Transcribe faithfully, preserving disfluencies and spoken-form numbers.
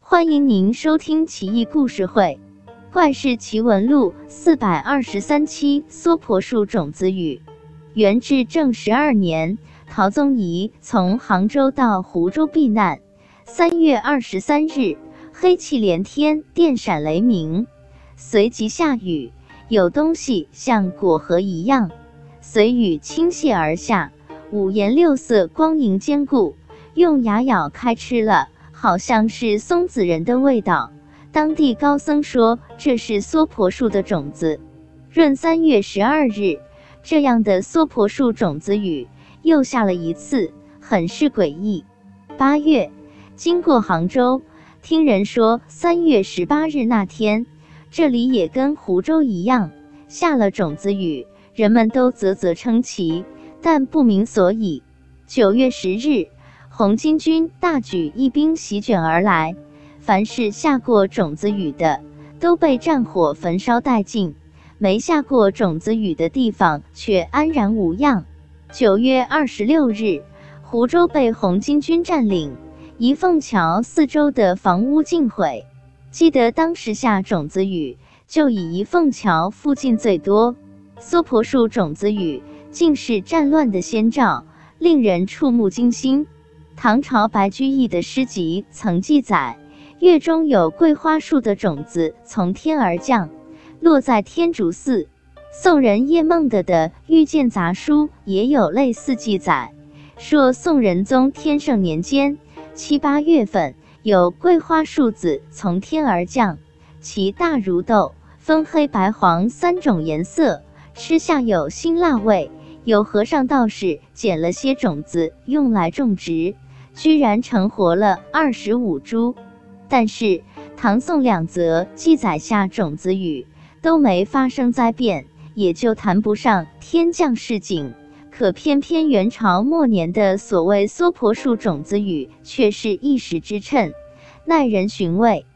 欢迎您收听奇异故事会《怪事奇闻录》四百二十三期娑婆树种子语。元至正十二年，陶宗仪从杭州到湖州避难。三月二十三日，黑气连天，电闪雷鸣，随即下雨，有东西像果核一样，随雨倾泻而下，五颜六色，光莹坚固，用牙咬开吃了，好像是松子仁的味道。当地高僧说这是娑婆树的种子。闰三月十二日，这样的娑婆树种子雨又下了一次，很是诡异。八月，经过杭州，听人说三月十八日那天，这里也跟湖州一样下了种子雨，人们都啧啧称奇，但不明所以。九月十日，红巾军大举义兵席卷而来，凡是下过种子雨的都被战火焚烧殆尽，没下过种子雨的地方却安然无恙。九月二十六日，湖州被红巾军占领，仪凤桥四周的房屋尽毁。记得当时下种子雨就以仪凤桥附近最多。娑婆树种子雨竟是战乱的先兆，令人触目惊心。唐朝白居易的诗集曾记载，月中有桂花树的种子从天而降，落在天竺寺。宋人叶梦得的《遇见杂书》也有类似记载，说宋仁宗天圣年间七八月份，有桂花树子从天而降，其大如豆，分黑白黄三种颜色，吃下有辛辣味。有和尚道士捡了些种子用来种植，居然成活了二十五株。但是唐宋两则记载下种子雨都没发生灾变，也就谈不上天降示警。可偏偏元朝末年的所谓娑婆树种子雨却是一时之谶，耐人寻味。